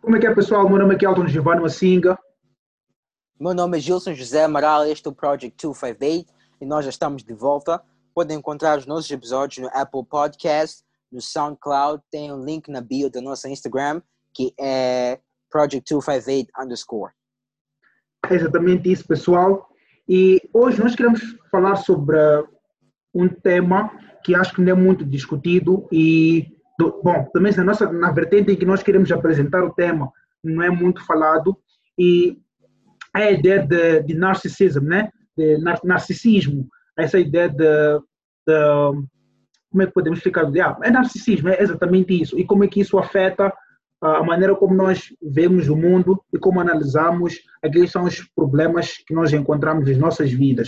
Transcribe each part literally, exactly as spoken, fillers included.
Como é que é, pessoal? Meu nome é Kelton Giovanni Massinga. Meu nome é Gilson José Amaral, este é o Project duzentos e cinquenta e oito e nós já estamos de volta. Podem encontrar os nossos episódios no Apple Podcast, no SoundCloud, tem um link na bio do nosso Instagram, que é Project duzentos e cinquenta e oito underscore. É exatamente isso, pessoal. E hoje nós queremos falar sobre um tema que acho que não é muito discutido e, do, bom, também na nossa na vertente em que nós queremos apresentar o tema não é muito falado, e é a ideia de, de narcissismo, né? De nar, narcisismo, essa ideia de, de, como é que podemos explicar? Ah, é narcisismo, é exatamente isso. E como é que isso afeta a maneira como nós vemos o mundo e como analisamos aqueles são os problemas que nós encontramos nas nossas vidas.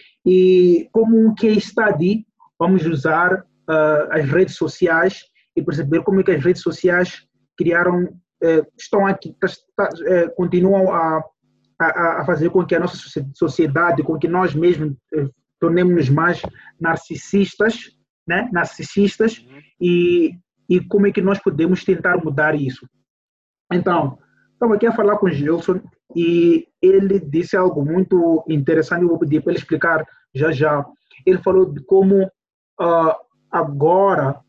E como um case study, vamos usar uh, as redes sociais e perceber como é que as redes sociais criaram, uh, estão aqui, uh, continuam a, a, a fazer com que a nossa sociedade, com que nós mesmos uh, tornemos-nos mais narcisistas, né? narcisistas uhum. e, e como é que nós podemos tentar mudar isso. Então, estava aqui a falar com o Gilson e ele disse algo muito interessante, eu vou pedir para ele explicar já já. Ele falou de como uh, agora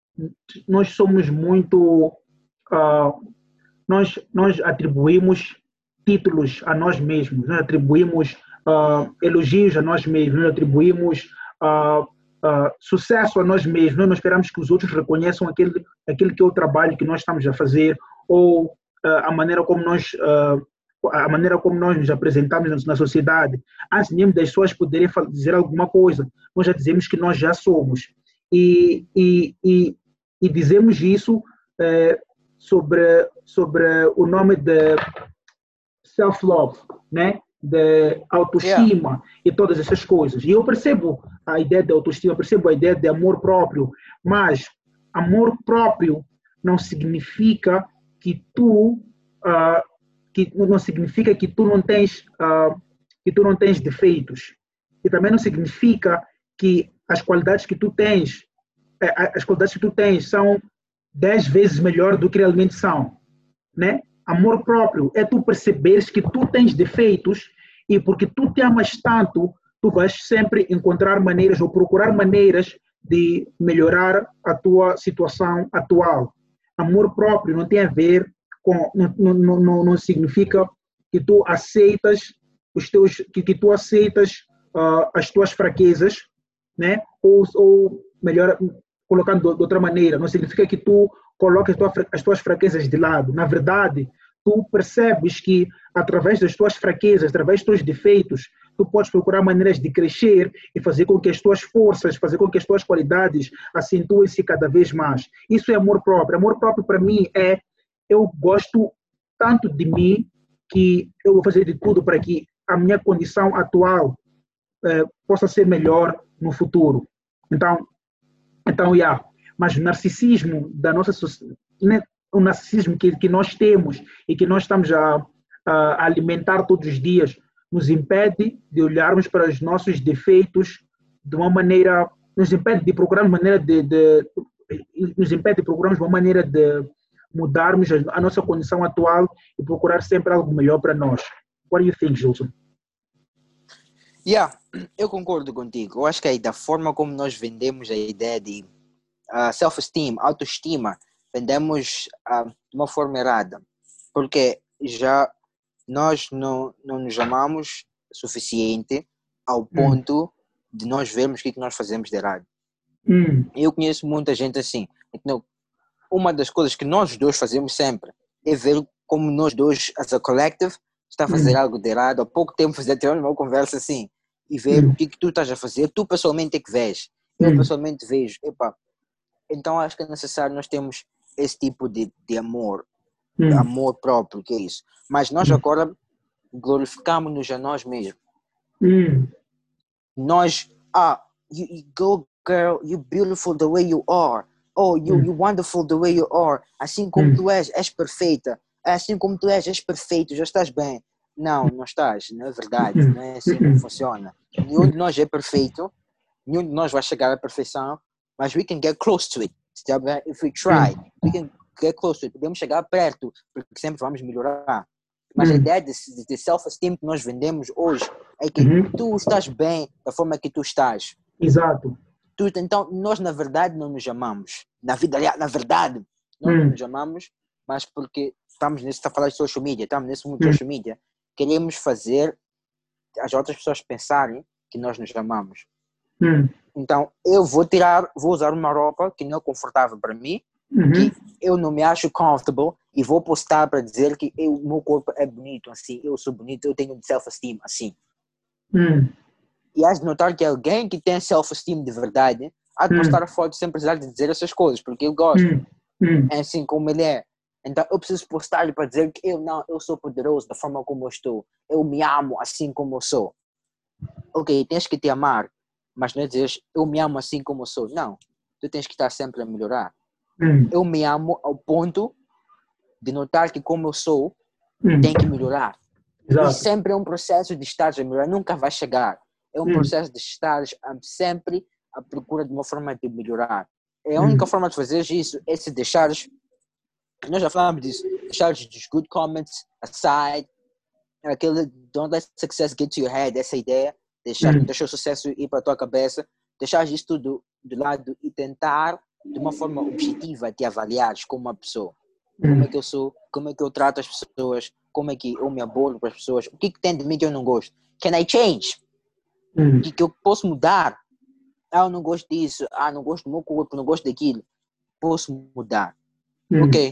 nós somos muito, uh, nós, nós atribuímos títulos a nós mesmos, nós atribuímos uh, elogios a nós mesmos, nós atribuímos uh, uh, sucesso a nós mesmos, nós não esperamos que os outros reconheçam aquele, aquele que é o trabalho que nós estamos a fazer, ou uh, a maneira como nós uh, a maneira como nós nos apresentamos na sociedade. Antes mesmo das pessoas poderem dizer alguma coisa, nós já dizemos que nós já somos. E, e, e, e dizemos isso eh, sobre, sobre o nome de self-love, né? De autoestima yeah. e todas essas coisas. E eu percebo a ideia de autoestima, percebo a ideia de amor próprio, mas amor próprio não significa que tu... Uh, que não significa que tu não tens uh, que tu não tens defeitos, e também não significa que as qualidades que tu tens as qualidades que tu tens são dez vezes melhor do que realmente são, né? Amor próprio é tu perceberes que tu tens defeitos e porque tu te amas tanto, tu vais sempre encontrar maneiras ou procurar maneiras de melhorar a tua situação atual. Amor próprio não tem a ver Com, não, não, não, não significa que tu aceitas os teus, que, que tu aceitas uh, as tuas fraquezas, né? Ou, ou melhor, colocando de, de outra maneira, não significa que tu coloques tua, as tuas fraquezas de lado. Na verdade, tu percebes que através das tuas fraquezas, através dos teus defeitos, tu podes procurar maneiras de crescer e fazer com que as tuas forças, fazer com que as tuas qualidades acentuem-se cada vez mais. Isso é amor próprio. Amor próprio para mim é eu gosto tanto de mim que eu vou fazer de tudo para que a minha condição atual eh, possa ser melhor no futuro. Então, então, yeah. Mas o narcisismo da nossa sociedade, né, o narcisismo que, que nós temos e que nós estamos a, a alimentar todos os dias nos impede de olharmos para os nossos defeitos de uma maneira, nos impede de procurarmos maneira de, de nos impede de procurarmos uma maneira de mudarmos a nossa condição atual e procurar sempre algo melhor para nós. What do you think, Gilson? Yeah, eu concordo contigo. Eu acho que aí da forma como nós vendemos a ideia de uh, self-esteem, autoestima, vendemos uh, de uma forma errada. Porque já nós não, não nos amamos o suficiente ao ponto hum. de nós vermos o que, que nós fazemos de errado. Hum. Eu conheço muita gente assim. Então, uma das coisas que nós dois fazemos sempre é ver como nós dois, as a collective, está a fazer hum. algo de errado. Há pouco tempo fizemos uma conversa assim e ver hum. o que, que tu estás a fazer. Tu pessoalmente é que vês. Eu hum. pessoalmente vejo. Epa. Então acho que é necessário nós termos esse tipo de, de amor, hum. amor próprio, que é isso. Mas nós hum. agora glorificamos-nos a nós mesmos. Hum. Nós, ah, you, you go girl, you beautiful the way you are. Oh, you, hum. you wonderful the way you are. Assim como hum. tu és, és perfeita. Assim como tu és, és perfeito, já estás bem. Não, não estás, não é verdade. hum. Não é assim, não funciona. Nenhum de nós é perfeito. Nenhum de nós vai chegar à perfeição. Mas we can get close to it. If we try, we can get close to it, podemos chegar perto, porque sempre vamos melhorar. Mas Hum. a ideia de, de self-esteem que nós vendemos hoje é que Uhum. tu estás bem da forma que tu estás. Exato. Tu, então, nós na verdade não nos amamos. Na vida real, na verdade, nós Hum. não nos amamos, mas porque estamos nesse, está a falar de social media, estamos nesse mundo de Hum. social media, queremos fazer as outras pessoas pensarem que nós nos amamos. Hum. Então, eu vou tirar, vou usar uma roupa que não é confortável para mim, Uhum. que eu não me acho comfortable e vou postar para dizer que o meu corpo é bonito assim, eu sou bonito, eu tenho self-esteem assim. Hum. E has de notar que alguém que tem self-esteem de verdade há de Hum. postar a foto sem precisar de dizer essas coisas, porque eu gosto, Hum. Hum. é assim como ele é. Então eu preciso postar para dizer que eu não, eu sou poderoso da forma como eu estou, eu me amo assim como eu sou. Ok, tens que te amar, mas não é dizer eu me amo assim como eu sou, não, tu tens que estar sempre a melhorar. Hum. Eu me amo ao ponto de notar que como eu sou, Hum. tem que melhorar. E Exato. sempre é um processo de estar a melhorar, nunca vai chegar. É um Hum. processo de estar sempre à procura de uma forma de melhorar. É a Hum. única forma de fazer isso é se deixares, nós já falamos disso, deixares os good comments aside, aquele don't let success get to your head, essa ideia, deixar, Hum. deixar o sucesso ir para a tua cabeça, deixar isso tudo de lado e tentar de uma forma objetiva te avaliares como uma pessoa. Como é que eu sou, como é que eu trato as pessoas, como é que eu me abordo para as pessoas, o que, que tem de mim que eu não gosto? Can I change? Hum. O que, que eu posso mudar? Ah, eu não gosto disso, ah, não gosto do meu corpo, não gosto daquilo. Posso mudar. Hum. Ok.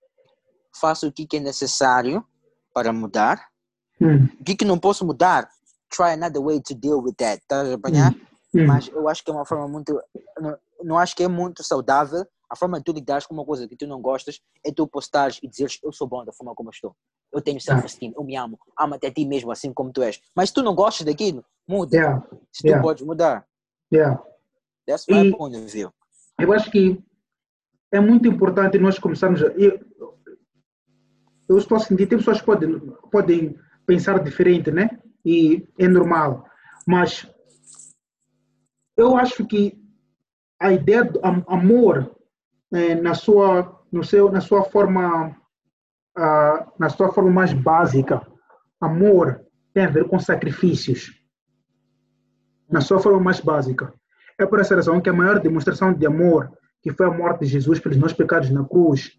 Faço o que, que é necessário para mudar. Hum. O que, que não posso mudar? Try another way to deal with that. Estás a apanhar? Hum. Mas eu acho que é uma forma muito... Não, não acho que é muito saudável. A forma de tu lidares com uma coisa que tu não gostas é tu postares e dizeres eu sou bom da forma como eu estou. Eu tenho self-esteem, eu me amo. Ama-te a ti mesmo assim como tu és. Mas se tu não gostas daquilo, muda. Yeah. Se tu Yeah. podes mudar. Yeah. That's my E point of view. eu acho que é muito importante nós começarmos a... Eu, eu estou a sentir, tem pessoas que podem, podem pensar diferente, né? E é normal. Mas eu acho que a ideia do am- amor eh, na sua no seu na sua forma ah, na sua forma mais básica, amor tem a ver com sacrifícios na sua forma mais básica. É por essa razão que a maior demonstração de amor, que foi a morte de Jesus pelos nossos pecados na cruz,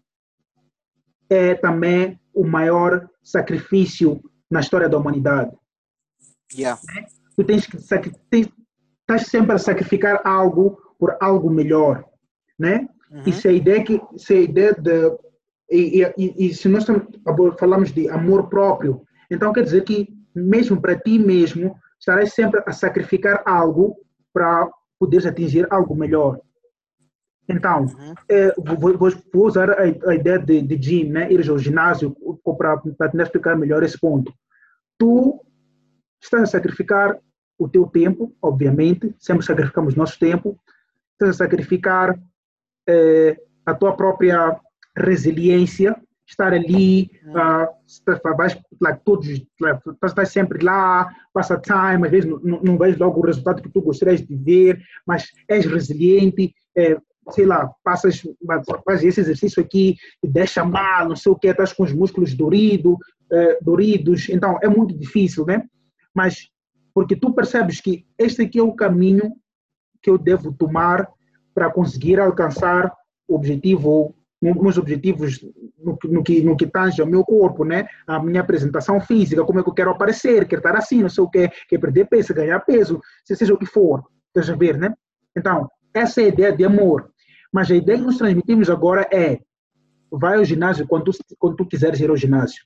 é também o maior sacrifício na história da humanidade. Yeah. Tu tens que sacri- tens- estás sempre a sacrificar algo por algo melhor, né? Uhum. E se a ideia que se a ideia de e, e, e se nós tam- falamos de amor próprio, então quer dizer que mesmo para ti mesmo estarás sempre a sacrificar algo para poderes atingir algo melhor. Então, Uhum. é, vou, vou- vou usar a, a ideia de, de gym, né? Ir ao ginásio para tentar explicar melhor esse ponto. Tu estás a sacrificar o teu tempo, obviamente, sempre sacrificamos nosso tempo, estás a sacrificar eh, a tua própria resiliência, estar ali, uh, vais, like, todos, like, estás sempre lá, passa time, às vezes não, não, não vês logo o resultado que tu gostarias de ver, mas és resiliente, eh, sei lá, passas, faz esse exercício aqui, te deixa mal, não sei o que, estás com os músculos dorido, eh, doridos, então é muito difícil, né? Mas porque tu percebes que este aqui é o caminho que eu devo tomar para conseguir alcançar o objetivo, meus objetivos no, no, que, no que tange ao meu corpo, né? A minha apresentação física, como é que eu quero aparecer, quero estar assim, não sei o que, quero perder peso, ganhar peso, seja o que for, estás a ver, né? Então, essa é a ideia de amor. Mas a ideia que nós transmitimos agora é, vai ao ginásio quando tu, quando tu quiseres ir ao ginásio,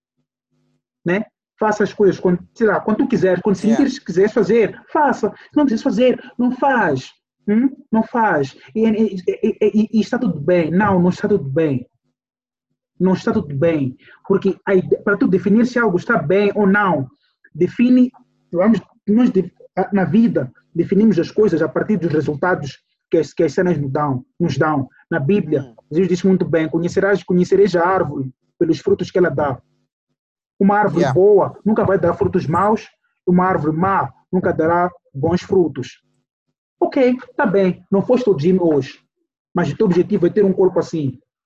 né? Faça as coisas quando, sei lá, quando tu quiseres, quando Yeah. sentires que quiseres fazer, faça. Se não quiseres fazer, não faz. Hum? Não faz. E, e, e, e, e está tudo bem. Não, não está tudo bem. Não está tudo bem. Porque para tu definir se algo está bem ou não, define, vamos, nós na vida definimos as coisas a partir dos resultados que as, que as cenas nos dão, nos dão. Na Bíblia, Hum. Jesus disse muito bem, conhecerás, conhecereis a árvore pelos frutos que ela dá. Uma árvore Yeah. boa nunca vai dar frutos maus, uma árvore má nunca dará bons frutos. Ok, está bem, não foste ao gym hoje, mas o teu objetivo é ter um corpo assim.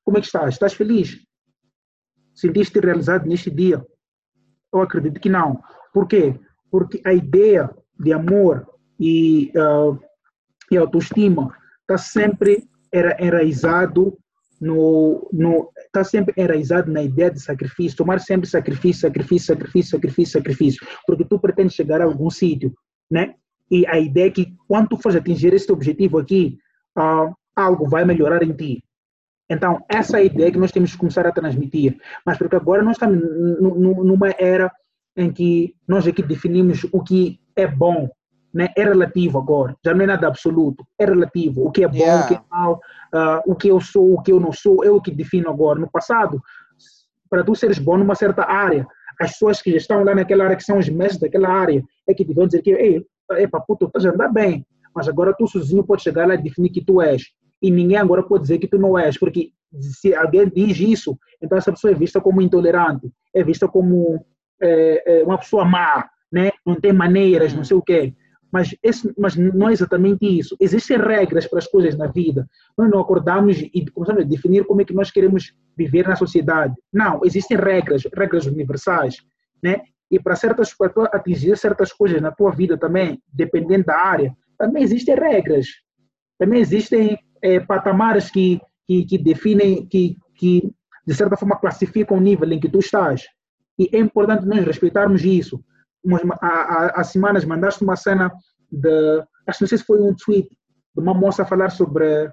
como é que estás? Estás feliz? Sentiste realizado neste dia? Eu acredito que não. Por quê? Porque a ideia de amor e, uh, e autoestima está sempre era, enraizado no, no está sempre enraizado na ideia de sacrifício, tomar sempre sacrifício, sacrifício, sacrifício, sacrifício, sacrifício, porque tu pretendes chegar a algum sítio, né? E a ideia é que quando tu fores atingir esse objetivo aqui, uh, algo vai melhorar em ti. Então, essa é a ideia que nós temos que começar a transmitir. Mas porque agora nós estamos numa era em que nós aqui definimos o que é bom, né? É relativo agora, já não é nada absoluto, é relativo. O que é bom, yeah. O que é mau, uh, o que eu sou, o que eu não sou, é o que defino agora. No passado, para tu seres bom numa certa área, as pessoas que já estão lá naquela área, que são os mestres daquela área, é que deviam dizer que, ei, epa, puto, estás a andar bem, mas agora tu sozinho pode chegar lá e definir que tu és. E ninguém agora pode dizer que tu não és, porque se alguém diz isso, então essa pessoa é vista como intolerante, é vista como é, é, uma pessoa má, né? Não tem maneiras, não sei o quê. Mas, esse, mas não é exatamente isso. Existem regras para as coisas na vida. Nós não acordamos e começamos a definir como é que nós queremos viver na sociedade. Não, existem regras, regras universais, né? E para certas, para tu atingir certas coisas na tua vida também, dependendo da área, também existem regras. Também existem é, patamares que, que, que definem, que, que de certa forma classificam o nível em que tu estás. E é importante nós respeitarmos isso. Há, há, há semanas mandaste uma cena de, acho que não sei se foi um tweet de uma moça a falar sobre,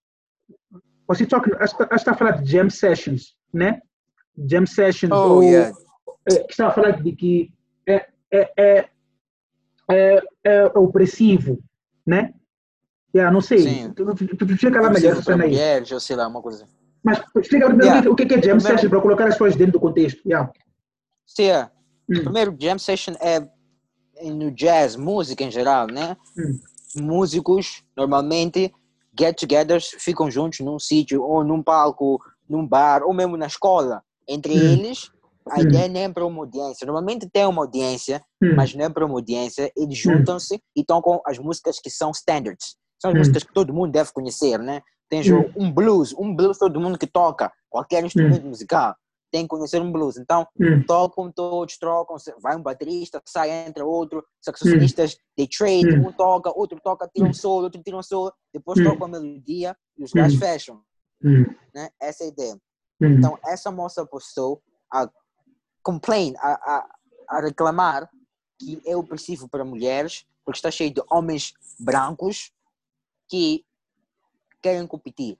você toca, acho que está a falar de jam sessions, né? Jam sessions, oh, ou, yeah. é, que está a falar de que é, é, é, é, é opressivo, né? Yeah, não sei, Sim. tu, tu, tu explica lá melhor essa cena aí. Mulheres, ou sei lá, uma coisa. Mas explica primeiro yeah. o que é jam Primeiro, session para colocar as coisas dentro do contexto. Yeah. Sim, hum. Primeiro, jam session é no jazz, música em geral, né? Hum. Músicos, normalmente, get-togethers, ficam juntos num sítio, ou num palco, num bar, ou mesmo na escola. Entre hum. eles, a hum. ideia nem é para uma audiência. Normalmente tem uma audiência, hum. mas não é para uma audiência. Eles juntam-se e tocam as músicas que são standards. São as músicas que todo mundo deve conhecer, né? Tem um blues, um blues todo mundo que toca, qualquer instrumento musical tem que conhecer um blues. Então, mm. tocam todos, trocam, vai um baterista, sai, entra outro, saxofonistas, mm. they trade, mm. um toca, outro toca, tira um solo, outro tira um solo, depois mm. toca a melodia e os gajos mm. fecham. Mm. Né? Essa é a ideia. Mm. Então, essa moça postou a complain, a, a, a reclamar que é opressivo para mulheres, porque está cheio de homens brancos que querem competir.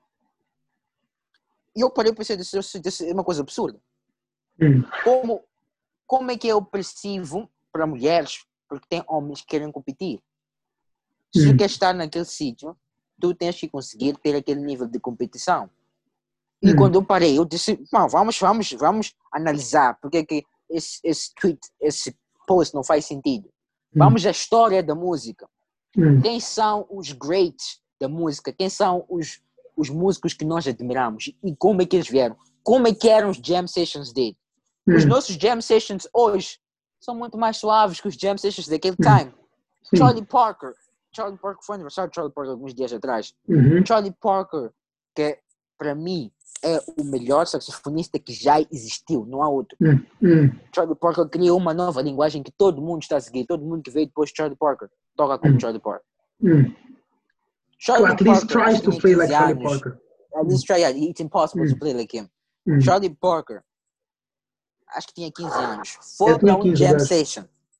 E eu parei para pensar, isso é uma coisa absurda. Hum. Como, como é que é opressivo para mulheres, porque tem homens que querem competir? Se hum. quer estar naquele sítio, tu tens que conseguir ter aquele nível de competição. E hum. quando eu parei, eu disse, vamos, vamos, vamos analisar porque é que esse, esse tweet, esse post não faz sentido. Hum. Vamos à história da música. Hum. Quem são os greats da música? Quem são os os músicos que nós admiramos e como é que eles vieram, como é que eram os jam sessions dele. Hum. Os nossos jam sessions hoje são muito mais suaves que os jam sessions daquele time. Sim. Charlie Parker, Charlie Parker foi aniversário de Charlie Parker alguns dias atrás. Uhum. Charlie Parker, que para mim é o melhor saxofonista que já existiu, não há outro. Hum. Hum. Charlie Parker criou uma nova linguagem que todo mundo está a seguir, todo mundo que veio depois de Charlie Parker toca como hum. Charlie Parker. Hum. Charlie at least Parker, tries to play like Charlie anos. Parker. At least try, yeah, it's impossible mm. to play like him. Mm. Charlie Parker, acho que tinha quinze anos, foi para um jam session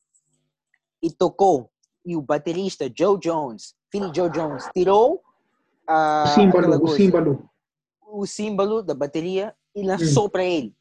e tocou, e o baterista Joe Jones, filho de Joe Jones, tirou uh, o símbolo, o símbolo. o símbolo da bateria e lançou mm. para ele.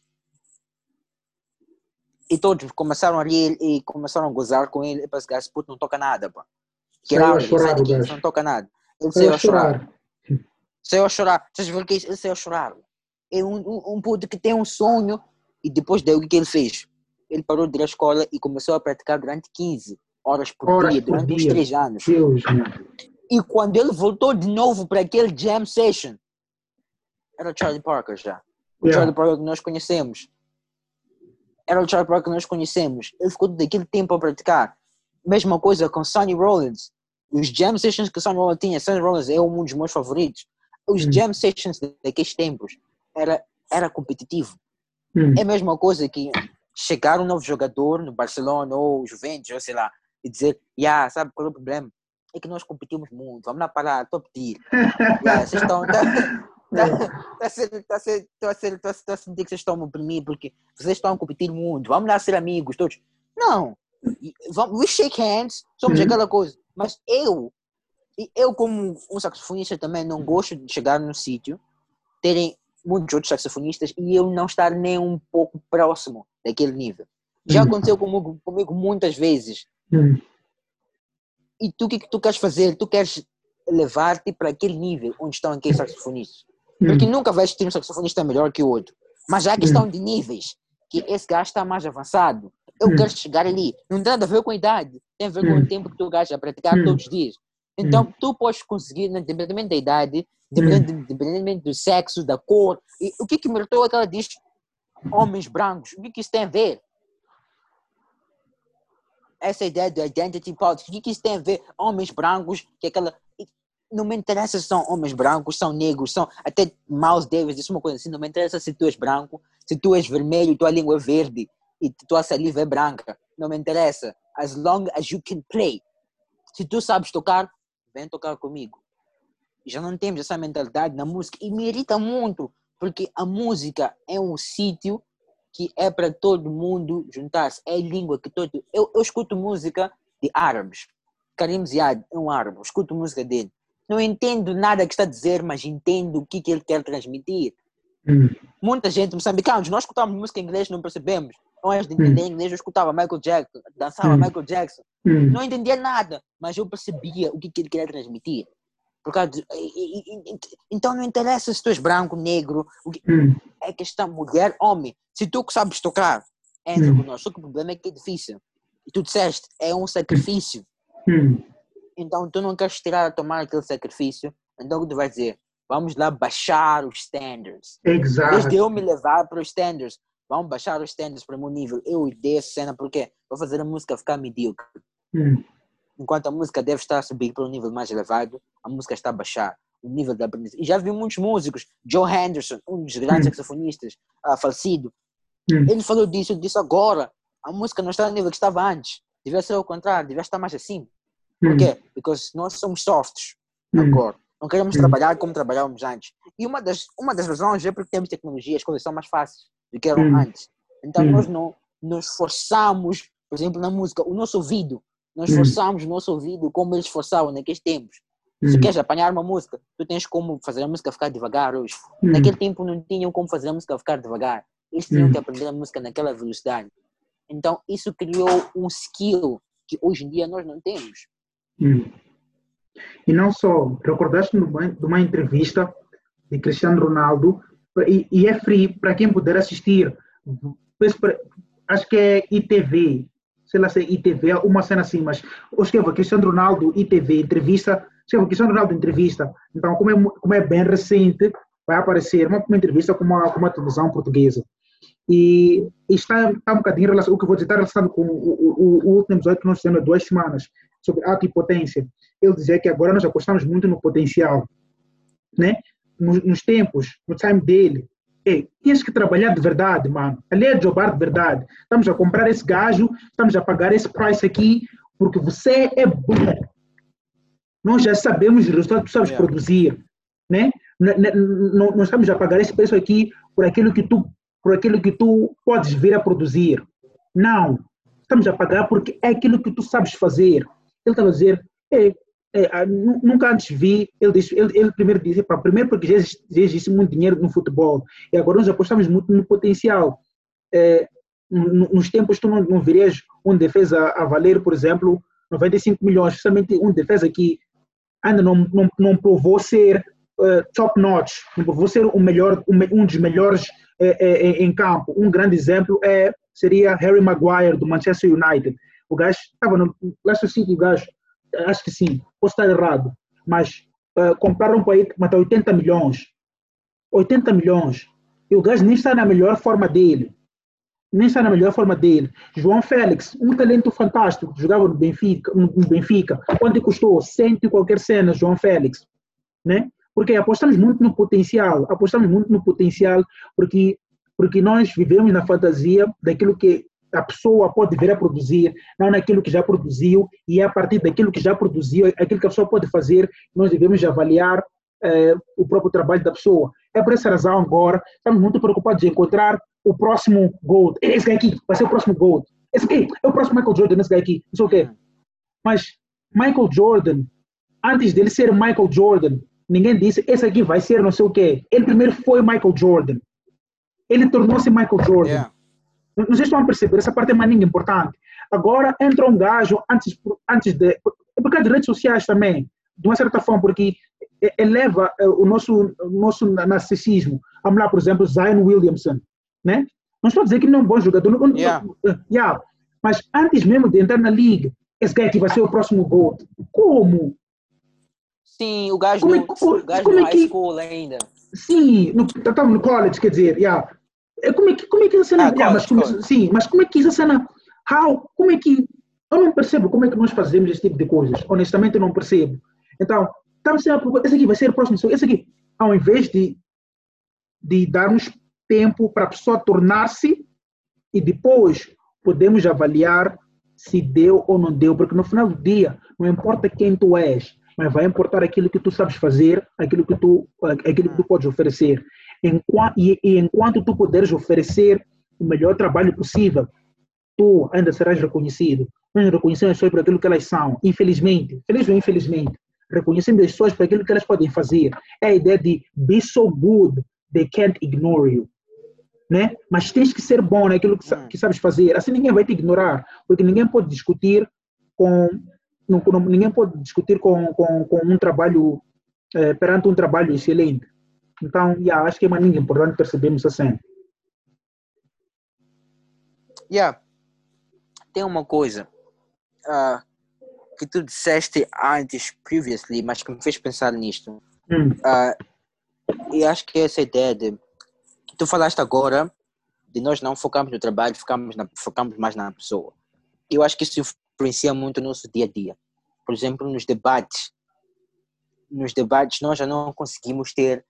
E todos começaram a rir e começaram a gozar com ele. E para esse gajo, puto, não toca nada, pá. Que saiu a chorar, daqui, não toca nada. Ele saiu a chorar. Saiu a chorar. Vocês viram que ele saiu a chorar. É um, um, um puto que tem um sonho. E depois daí o que ele fez? Ele parou de ir à escola e começou a praticar durante quinze horas por horas dia, por durante dia. uns três anos. Deus, e quando ele voltou de novo para aquele jam session, era o Charlie Parker já. O yeah. Charlie Parker que nós conhecemos. Era o Charlie Parker que nós conhecemos. Ele ficou daquele tempo a praticar. Mesma coisa com Sonny Rollins. Os jam sessions que o Sonny Rollins tinha, Sonny Rollins é um dos meus favoritos. Os hum. jam sessions daqueles tempos era, era competitivo. Hum. É a mesma coisa que chegar um novo jogador no Barcelona ou Juventus, ou sei lá, e dizer, yeah, sabe qual é o problema? É que nós competimos muito, vamos lá parar, estou a pedir. Yeah, vocês estão... Tá, tá, tá a ser, tá a ser, tá a ser, tá a tá a sentir que vocês estão a me oprimir porque vocês estão a competir muito, vamos lá ser amigos todos. Não, vamos, we shake hands, somos Uhum. aquela coisa. Mas eu, eu como um saxofonista também não gosto de chegar num sítio, terem muitos outros saxofonistas e eu não estar nem um pouco próximo daquele nível. Já Uhum. aconteceu comigo, comigo muitas vezes. Uhum. E tu o que, que tu queres fazer? Tu queres levar-te para aquele nível onde estão aqueles saxofonistas. Porque Uhum. nunca vais ter um saxofonista melhor que o outro. Mas há questão de níveis, que esse gajo está mais avançado. Eu Uhum. quero chegar ali. Não tem nada a ver com a idade. Tem a ver com Uhum. o tempo que tu gastas a praticar Uhum. todos os dias. Então, tu podes conseguir, independentemente da idade, independentemente do sexo, da cor. E o que que me irritou é que ela diz homens brancos. O que que isso tem a ver? Essa ideia de identity politics, o que que isso tem a ver? Homens brancos, que é aquela... Não me interessa se são homens brancos, são negros, são até Miles Davis, isso é uma coisa assim, não me interessa se tu és branco, se tu és vermelho e tua língua é verde e tua saliva é branca, não me interessa. As long as you can play. Se tu sabes tocar, vem tocar comigo. Já não temos essa mentalidade na música e me irrita muito, porque a música é um sítio que é para todo mundo juntar-se, é a língua que todo... Eu, eu escuto música de árabes, Karim Ziad é um árabe, eu escuto música dele. Não entendo nada que está a dizer, mas entendo o que, que ele quer transmitir. Hum. Muita gente moçambicanos, nós escutamos música em inglês, não percebemos. Antes de entender hum. inglês, eu escutava Michael Jackson, dançava hum. Michael Jackson. Hum. Não entendia nada, mas eu percebia o que, que ele queria transmitir. Por causa de, e, e, e, então não interessa se tu és branco, negro, o que, hum. é questão mulher, homem. Se tu que sabes tocar, entra hum. connosco. Só que o problema é que é difícil. E tu disseste, é um sacrifício. Hum. Então tu não queres tirar a tomar aquele sacrifício, então o que tu vais dizer? Vamos lá baixar os standards. Exato. Em vez de eu me levar para os standards, vamos baixar os standards para o meu nível. Eu dei a cena porque vou fazer a música ficar medíocre. Hum. Enquanto a música deve estar a subir para um nível mais elevado, a música está a baixar o nível da aprendizagem. E já vi muitos músicos, Joe Henderson, um dos grandes hum. saxofonistas, uh, falecido, hum. ele falou disso, ele disse agora, a música não está no nível que estava antes, devia ser ao contrário, devia estar mais acima. Por quê? Porque nós somos softs agora. Não queremos hum. trabalhar como trabalhávamos antes. E uma das, uma das razões é porque temos tecnologia, as coisas são mais fáceis do que eram hum. antes. Então hum. nós não nos esforçamos, por exemplo, na música, o nosso ouvido, nós esforçamos o nosso ouvido como eles esforçavam naqueles tempos. hum. Se queres apanhar uma música, tu tens como fazer a música ficar devagar hoje. hum. Naquele tempo não tinham como fazer a música ficar devagar. Eles tinham hum. que aprender a música naquela velocidade. Então isso criou um skill que hoje em dia nós não temos. Hum. E não só, recordaste de uma, de uma entrevista de Cristiano Ronaldo, e, e é free para quem puder assistir, acho que é I T V, sei lá se é I T V, uma cena assim, mas eu escrevo Cristiano Ronaldo I T V, entrevista, escrevo Cristiano Ronaldo entrevista, então como é, como é bem recente, vai aparecer uma, uma entrevista com uma, com uma televisão portuguesa. E, e está, está um bocadinho relacionado, o que eu vou dizer está relacionado com o, o, o último episódio que nós fizemos há duas semanas, sobre ato e potência. Ele dizia que agora nós apostamos muito no potencial, né? Nos, nos tempos, no time dele. Ei, tens que trabalhar de verdade, mano. Ali é jobar de verdade. Estamos a comprar esse gajo, estamos a pagar esse price aqui, porque você é bom. Nós já sabemos o resultado que tu sabes Yeah. produzir, né? Não, não estamos a pagar esse preço aqui por aquilo que tu por aquilo que tu podes vir a produzir. Não. Estamos a pagar porque é aquilo que tu sabes fazer. Ele estava a dizer, é, é, nunca antes vi, ele, disse, ele, ele primeiro disse, pá, primeiro porque já existe, já existe muito dinheiro no futebol, e agora nós apostamos muito no potencial. É, nos tempos tu não, não verias um defesa a valer, por exemplo, noventa e cinco milhões, especialmente um defesa que ainda não, não, não provou ser uh, top notch, não provou ser o melhor, um, um dos melhores é, é, em campo. Um grande exemplo é, seria Harry Maguire, do Manchester United. O gajo estava no Leicester City, o gajo, acho que sim, posso estar errado, mas uh, compraram para ele matar oitenta milhões. oitenta milhões. E o gajo nem está na melhor forma dele. Nem está na melhor forma dele. João Félix, um talento fantástico, jogava no Benfica, no Benfica. Quanto custou? Cento e qualquer cena, João Félix. Né? Porque apostamos muito no potencial, apostamos muito no potencial, porque, porque nós vivemos na fantasia daquilo que a pessoa pode vir a produzir, não naquilo que já produziu, e é a partir daquilo que já produziu, aquilo que a pessoa pode fazer, nós devemos avaliar eh, o próprio trabalho da pessoa. É por essa razão agora, estamos muito preocupados em encontrar o próximo GOAT. Esse aqui vai ser o próximo GOAT. Esse aqui é o próximo Michael Jordan, esse aqui, não sei o quê. Mas Michael Jordan, antes dele ser Michael Jordan, ninguém disse, esse aqui vai ser não sei o quê. Ele primeiro foi Michael Jordan. Ele tornou-se Michael Jordan. Yeah. Não sei se estão a perceber, essa parte é mais importante. Agora entra um gajo, antes, antes de... É por causa de redes sociais também, de uma certa forma, porque eleva o nosso, o nosso narcisismo. Vamos lá, por exemplo, Zion Williamson. Né? Não estou a dizer que não é um bom jogador. Não, yeah. Yeah. Mas antes mesmo de entrar na liga, esse cara aqui vai ser o próximo GOAT. Como? Sim, o gajo como no, é, o gajo como no é high que, school ainda. Sim, estava no, no college, quer dizer, yeah. Como é que, como é que essa cena... Ah, yeah, college, mas como, sim, mas como é que essa cena... How, como é que... Eu não percebo como é que nós fazemos esse tipo de coisas. Honestamente, eu não percebo. Então, estava sempre a procurar, esse aqui vai ser o próximo... Esse aqui, ao invés de, de darmos tempo para a pessoa tornar-se e depois podemos avaliar se deu ou não deu, porque no final do dia não importa quem tu és, mas vai importar aquilo que tu sabes fazer, aquilo que tu, aquilo que tu podes oferecer. Enquanto, e, e enquanto tu puderes oferecer o melhor trabalho possível, tu ainda serás reconhecido. Nós reconhecemos as pessoas por aquilo que elas são, infelizmente, feliz ou infelizmente, reconhecemos as pessoas por aquilo que elas podem fazer. É a ideia de be so good, they can't ignore you. Né? Mas tens que ser bom naquilo que, que sabes fazer. Assim ninguém vai te ignorar, porque ninguém pode discutir com não, ninguém pode discutir com, com, com um trabalho eh, perante um trabalho excelente. Então, yeah, acho que é uma linha importante percebermos assim. Yeah. Tem uma coisa uh, que tu disseste antes, previously, mas que me fez pensar nisto. Hum. Uh, e acho que essa ideia de tu falaste agora de nós não focarmos no trabalho, focamos, na, focamos mais na pessoa. Eu acho que isso influencia muito o nosso dia a dia. Por exemplo, nos debates. Nos debates nós já não conseguimos ter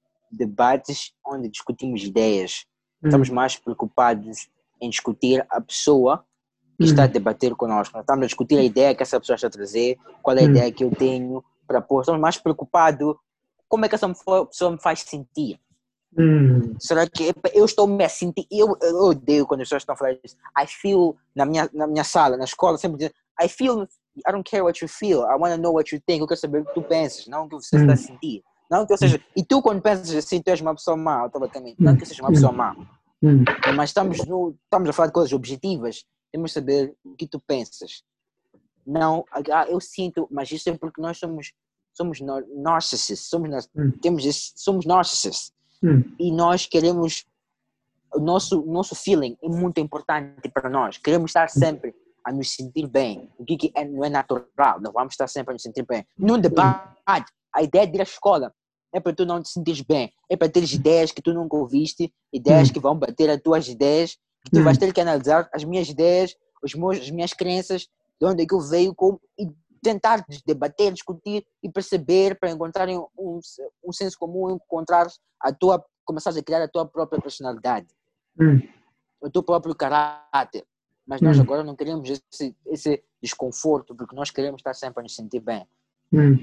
debates onde discutimos ideias. Hum. Estamos mais preocupados em discutir a pessoa que hum. está a debater conosco. Nós estamos a discutir a ideia que essa pessoa está a trazer, qual é a hum. ideia que eu tenho para pôr. Estamos mais preocupados como é que essa pessoa me faz sentir. Hum. Será que eu estou me a sentir, eu, eu odeio quando as pessoas estão a falar isso. I feel, na minha, na minha sala, na escola, sempre dizem, I feel, I don't care what you feel, I want to know what you think. Eu quero saber o que tu pensas, não o que você hum. está a sentir. Não que eu seja, e tu quando pensas assim, tu és uma pessoa má, automaticamente, não que eu seja uma pessoa má. Hum. Mas estamos, no, estamos a falar de coisas objetivas, temos de saber o que tu pensas. Não, ah, eu sinto, mas isso é porque nós somos, somos narcissists, somos, hum. temos esse, somos narcissists. Hum. E nós queremos, o nosso, nosso feeling é muito importante para nós. Queremos estar sempre a nos sentir bem. O que, que é, não é natural, não vamos estar sempre a nos sentir bem. Num debate, a ideia de ir à escola é para tu não te sentires bem, é para teres ideias que tu nunca ouviste, ideias hum. que vão bater as tuas ideias, que tu hum. vais ter que analisar as minhas ideias, os meus, as minhas crenças, de onde é que eu veio, como, e tentar debater, discutir e perceber para encontrarem um, um senso comum, encontrar a tua, começar a criar a tua própria personalidade, hum. o teu próprio caráter. Mas nós hum. agora não queremos esse, esse desconforto, porque nós queremos estar sempre a nos sentir bem. Hum.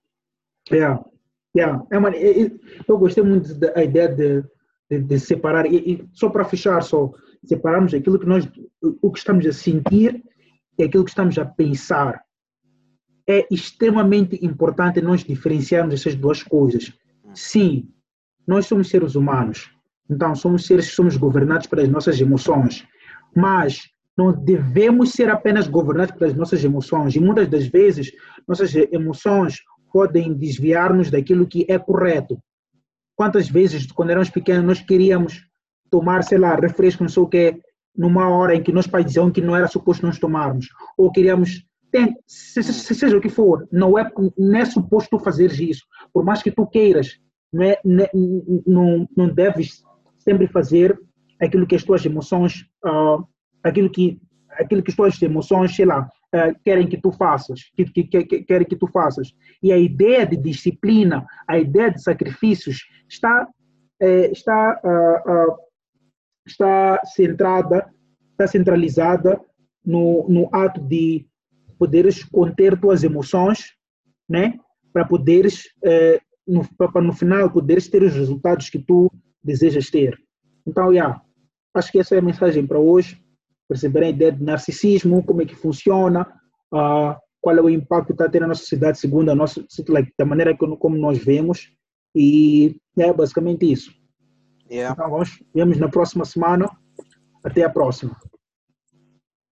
Yeah. Yeah. É uma, eu gostei muito da ideia de, de, de separar, e, e só para fechar, só separarmos aquilo que nós, o que estamos a sentir e aquilo que estamos a pensar. É extremamente importante nós diferenciarmos essas duas coisas. Sim, nós somos seres humanos, então somos seres que somos governados pelas nossas emoções, mas não devemos ser apenas governados pelas nossas emoções, e muitas das vezes nossas emoções podem desviar-nos daquilo que é correto. Quantas vezes, quando éramos pequenos, nós queríamos tomar, sei lá, refresco, não sei o quê, numa hora em que nossos pais diziam que não era suposto nós tomarmos, ou queríamos... Tem, se, se, seja o que for, não é, não é suposto tu fazeres isso. Por mais que tu queiras, não, é, não, não deves sempre fazer aquilo que as tuas emoções, uh, aquilo, que, aquilo que as tuas emoções, sei lá, uh, querem que tu faças, que, que, que, que querem que tu faças. E a ideia de disciplina, a ideia de sacrifícios está, eh, está, uh, uh, está centrada, está centralizada no, no ato de poderes conter tuas emoções, né? Para poderes, eh, no, para no final, poderes ter os resultados que tu desejas ter. Então, yeah, acho que essa é a mensagem para hoje. Perceber a ideia de narcisismo, como é que funciona, uh, qual é o impacto que está a ter na nossa sociedade segundo a nossa, like, da maneira que, como nós vemos. E é basicamente isso. Yeah. Então, vamos, vemos na próxima semana. Até a próxima.